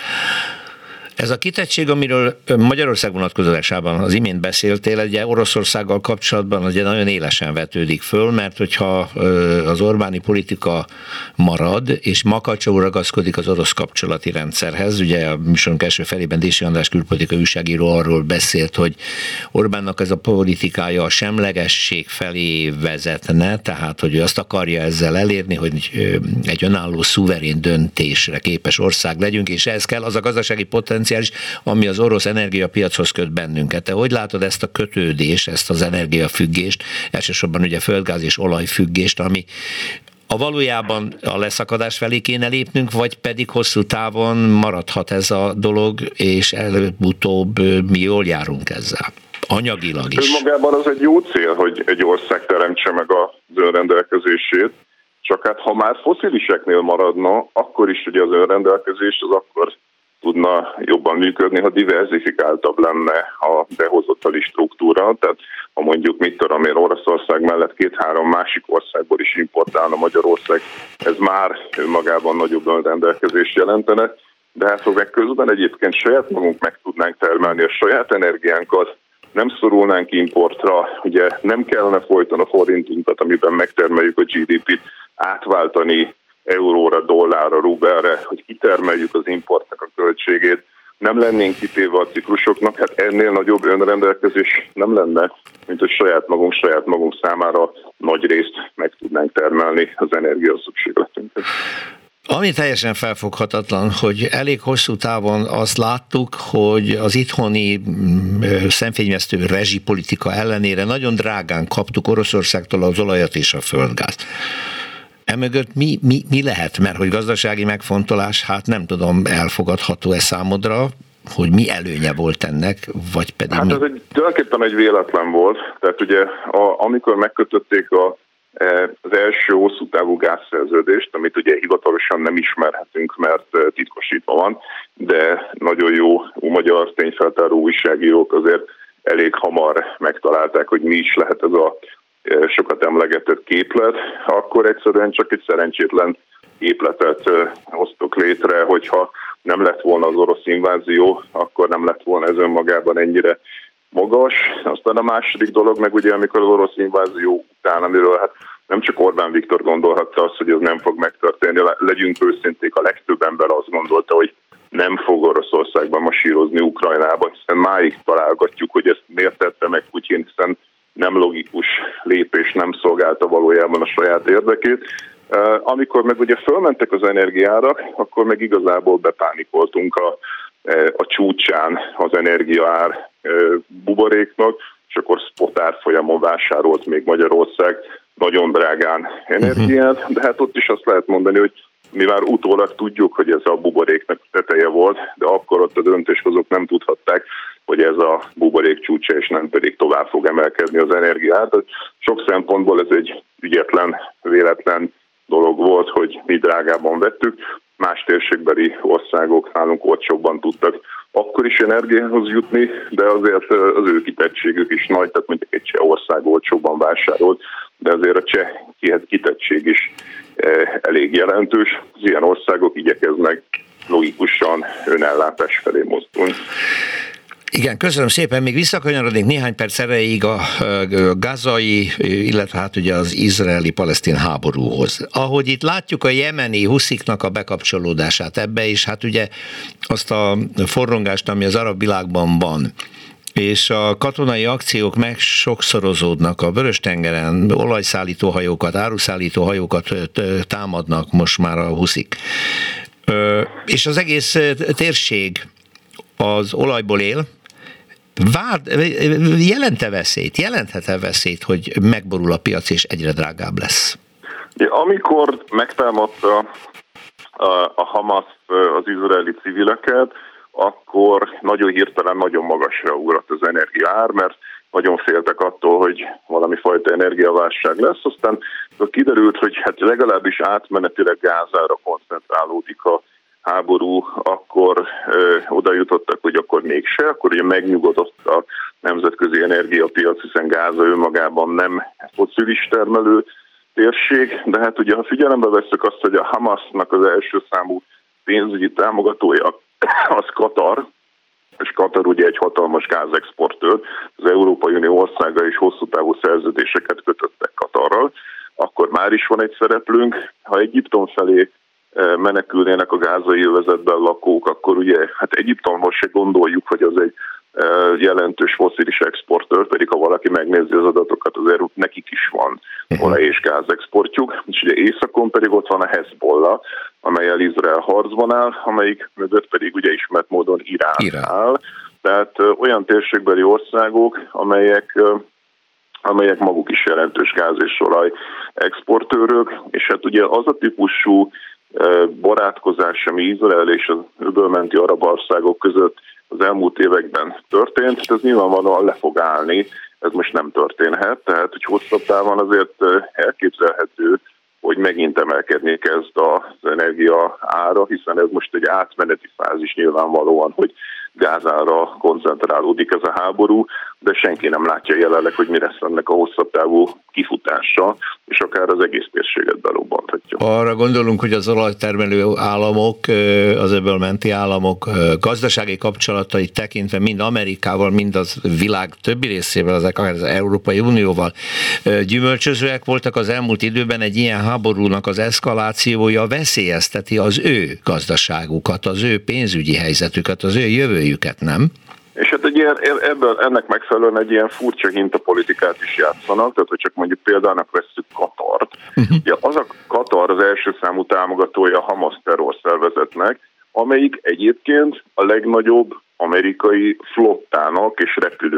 Ez a kitettség, amiről Magyarország vonatkozásában az imént beszéltél, ugye Oroszországgal kapcsolatban ugye nagyon élesen vetődik föl, mert hogyha az Orbáni politika marad, és makacsul ragaszkodik az orosz kapcsolati rendszerhez, ugye a műsorunk első felében Dési András külpolitikai újságíró arról beszélt, hogy Orbánnak ez a politikája a semlegesség felé vezetne, tehát hogy ő azt akarja ezzel elérni, hogy egy önálló, szuverén döntésre képes ország legyünk, és ez kell az a gazdasági potenciál, ami az orosz energiapiachoz köt bennünket. Te hogy látod ezt a kötődést, ezt az energiafüggést, elsősorban ugye földgáz és olajfüggést, ami valójában a leszakadás felé kéne lépnünk, vagy pedig hosszú távon maradhat ez a dolog, és előbb-utóbb mi jól járunk ezzel? Anyagilag is. Önmagában az egy jó cél, hogy egy ország teremtse meg az önrendelkezését, csak hát ha már fossziliseknél maradna, akkor is ugye az önrendelkezés az akkor tudna jobban működni, ha diverzifikáltabb lenne a behozatali struktúra. Tehát ha mondjuk Oroszország mellett 2-3 másik országból is importálna Magyarország, ez már önmagában nagyobb önrendelkezést jelentene. De hát ha közben egyébként saját magunk meg tudnánk termelni a saját energiánkat, nem szorulnánk importra, ugye nem kellene folyton a forintunkat, amiben megtermeljük a GDP-t, átváltani euróra, dollárra, rubelre, hogy kitermeljük az importnak a költségét, nem lennénk kitéve a ciklusoknak, hát ennél nagyobb önrendelkezés nem lenne, mint hogy saját magunk számára nagy részt meg tudnánk termelni az energiaszükségletünket. Ami teljesen felfoghatatlan, hogy elég hosszú távon azt láttuk, hogy az itthoni szemfényvesztő rezsipolitika ellenére nagyon drágán kaptuk Oroszországtól az olajat és a földgázt. Emögött mi lehet? Mert hogy gazdasági megfontolás, hát nem tudom, elfogadható-e számodra, hogy mi előnye volt ennek, vagy pedig hát ez tulajdonképpen egy véletlen volt. Tehát ugye amikor megkötötték az első hosszú távú gázszerződést, amit ugye hivatalosan nem ismerhetünk, mert titkosítva van, de nagyon jó magyar tényfeltáró újságírók azért elég hamar megtalálták, hogy mi is lehet ez a sokat emlegetett képlet, akkor egyszerűen csak egy szerencsétlen képletet hoztok létre, hogyha nem lett volna az orosz invázió, akkor nem lett volna ez önmagában ennyire magas. Aztán a második dolog meg ugye, amikor az orosz invázió után, amiről hát nem csak Orbán Viktor gondolhatta azt, hogy ez nem fog megtörténni, legyünk őszinték, a legtöbb ember azt gondolta, hogy nem fog Oroszországban masírozni Ukrajnába, hiszen máig találgatjuk, hogy ezt miért tette meg Putyin, hiszen nem logikus lépés, nem szolgálta valójában a saját érdekét. Amikor meg ugye fölmentek az energiárak, akkor meg igazából bepánikoltunk a csúcsán az energiaár buboréknak, és akkor spot árfolyamon vásárolt még Magyarország nagyon drágán energiát, de hát ott is azt lehet mondani, hogy mi már utólag tudjuk, hogy ez a buboréknak teteje volt, de akkor ott a döntéshozók nem tudhatták, hogy ez a buborék csúcsa, és nem pedig tovább fog emelkedni az energiát. Sok szempontból ez egy ügyetlen, véletlen dolog volt, hogy mi drágában vettük. Más térségbeli országok nálunk olcsóbban tudtak akkor is energiához jutni, de azért az ő kitettségük is nagy, tehát mondjuk egy cseh ország olcsóban vásárolt, de azért a cseh kitettség is elég jelentős. Az ilyen országok igyekeznek logikusan önellátás felé mozdulni. Igen, köszönöm szépen. Még visszakanyarodnék néhány perc erejéig a gázai, illetve hát ugye az izraeli-palesztin háborúhoz. Ahogy itt látjuk a jemeni husziknak a bekapcsolódását ebbe, és hát ugye azt a forrongást, ami az arab világban van, és a katonai akciók meg sokszorozódnak a Vörös-tengeren, olajszállító hajókat, áruszállító hajókat támadnak most már a huszik. És az egész térség az olajból él. Jelenthet-e veszélyt, hogy megborul a piac és egyre drágább lesz? Amikor megtámadta a Hamas az izraeli civileket, akkor nagyon hirtelen, nagyon magasra ugrott az energiaár, mert nagyon féltek attól, hogy valami fajta energiaválság lesz. Aztán kiderült, hogy hát legalábbis átmenetileg Gázára koncentrálódik a háború, akkor oda jutottak, hogy akkor mégse, akkor ugye megnyugodott a nemzetközi energiapiac, hiszen Gáza önmagában nem fosszilis termelő térség, de hát ugye ha figyelembe vesszük azt, hogy a Hamasnak az első számú pénzügyi támogatója az Katar, és Katar ugye egy hatalmas gázexportőr, az Európai Unió országa is hosszú távú szerződéseket kötöttek Katarral, akkor már is van egy szereplőnk. Ha Egyiptom felé menekülnének a gázai övezetben lakók, akkor ugye hát Egyiptomban se gondoljuk, hogy az egy jelentős fosszilis exportőr, pedig ha valaki megnézi az adatokat, azért nekik is van olaj- és gázexportjuk, és ugye északon pedig ott van a Hezbollah, amelyel Izrael harcban áll, amelyik mögött pedig ugye ismert módon Irán áll. Tehát olyan térségbeli országok, amelyek amelyek maguk is jelentős gáz és olaj exportőrök, és hát ugye az a típusú barátkozás, ami Izrael és az öbölmenti arab országok között az elmúlt években történt, ez nyilvánvalóan le fog állni, ez most nem történhet, tehát hogy hosszabb távon azért elképzelhető, hogy megint emelkedni kezd az energia ára, hiszen ez most egy átmeneti fázis nyilvánvalóan, hogy gázára koncentrálódik ez a háború, de senki nem látja jelenleg, hogy mi lesz ennek a hosszabb távú kifutása, és akár az egész térséget belobbanthatja. Arra gondolunk, hogy az olajtermelő államok, az öbölmenti államok gazdasági kapcsolatait tekintve mind Amerikával, mind az világ többi részével, akár az Európai Unióval gyümölcsözőek voltak az elmúlt időben. Egy ilyen háborúnak az eszkalációja veszélyezteti az ő gazdaságukat, az ő pénzügyi helyzetüket, az ő jövőjüket, nem? És hát ennek megfelelően egy ilyen furcsa hintapolitikát is játszanak, tehát hogy csak mondjuk példának vesszük Katart. Ja, az a Katar az első számú támogatója a Hamas terrorszervezetnek, amelyik egyébként a legnagyobb amerikai flottának és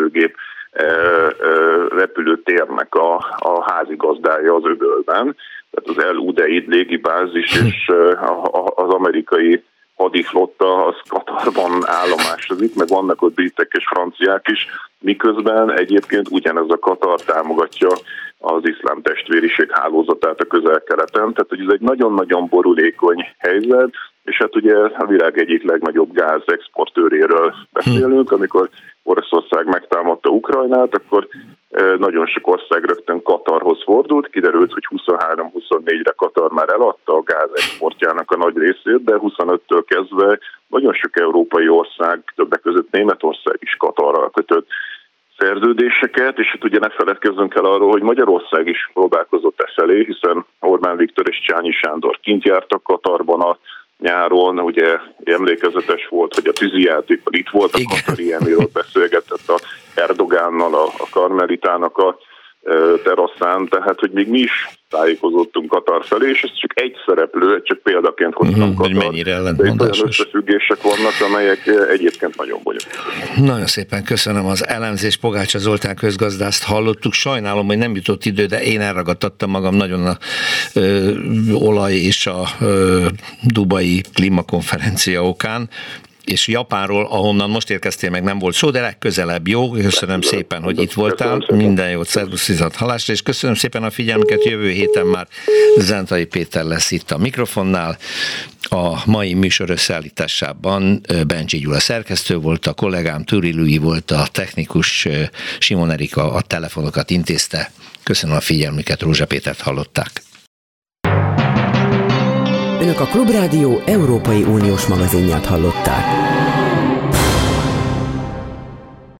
repülőtérnek a házigazdája az öbölben. Tehát az El Udeid légibázis és az amerikai hadiflotta az Katarban állomásodik, meg vannak ott britek és franciák is, miközben egyébként ugyanez a Katar támogatja az iszlám testvériség hálózatát a Közel-Keleten, tehát hogy ez egy nagyon-nagyon borulékony helyzet, és hát ugye a világ egyik legnagyobb gáz exportőréről beszélünk, amikor Oroszország megtámadta Ukrajnát, akkor nagyon sok ország rögtön Katarhoz fordult, kiderült, hogy 23-24-re Katar már eladta a gáz exportjának a nagy részét, de 25-től kezdve nagyon sok európai ország, többek között Németország is Katarral kötött szerződéseket, és hát ugye ne feledkezzünk el arról, hogy Magyarország is próbálkozott e felé, hiszen Orbán Viktor és Csányi Sándor kint jártak Katarban a nyáron, ugye emlékezetes volt, hogy a tűzijátékban itt volt a katari emiről beszélgetett a Erdogánnal, a Karmelitának a teraszán, tehát hogy még mi is tájékozottunk Katar felé, és ez csak egy szereplő, csak példaként hoztam Katar. Hogy mennyire ellentmondásos. De itt olyan összefüggések vannak, amelyek egyébként nagyon bonyolultak. Nagyon szépen köszönöm az elemzést, Pogácsa Zoltán közgazdászt hallottuk. Sajnálom, hogy nem jutott idő, de én elragadtattam magam nagyon a olaj és a dubai klímakonferencia okán, és Japánról, ahonnan most érkeztél, meg nem volt szó, de legközelebb. Jó, köszönöm szépen, hogy itt voltál. Minden jót, szervusz, viszont hallásra, és köszönöm szépen a figyelmüket. Jövő héten már Zentai Péter lesz itt a mikrofonnál. A mai műsor összeállításában Bencsi Gyula szerkesztő volt, a kollégám Turi Lui volt a technikus, Simon Erika a telefonokat intézte. Köszönöm a figyelmüket, Rózsa Pétert hallották. Önök a Klubrádió Európai Uniós magazinját hallották.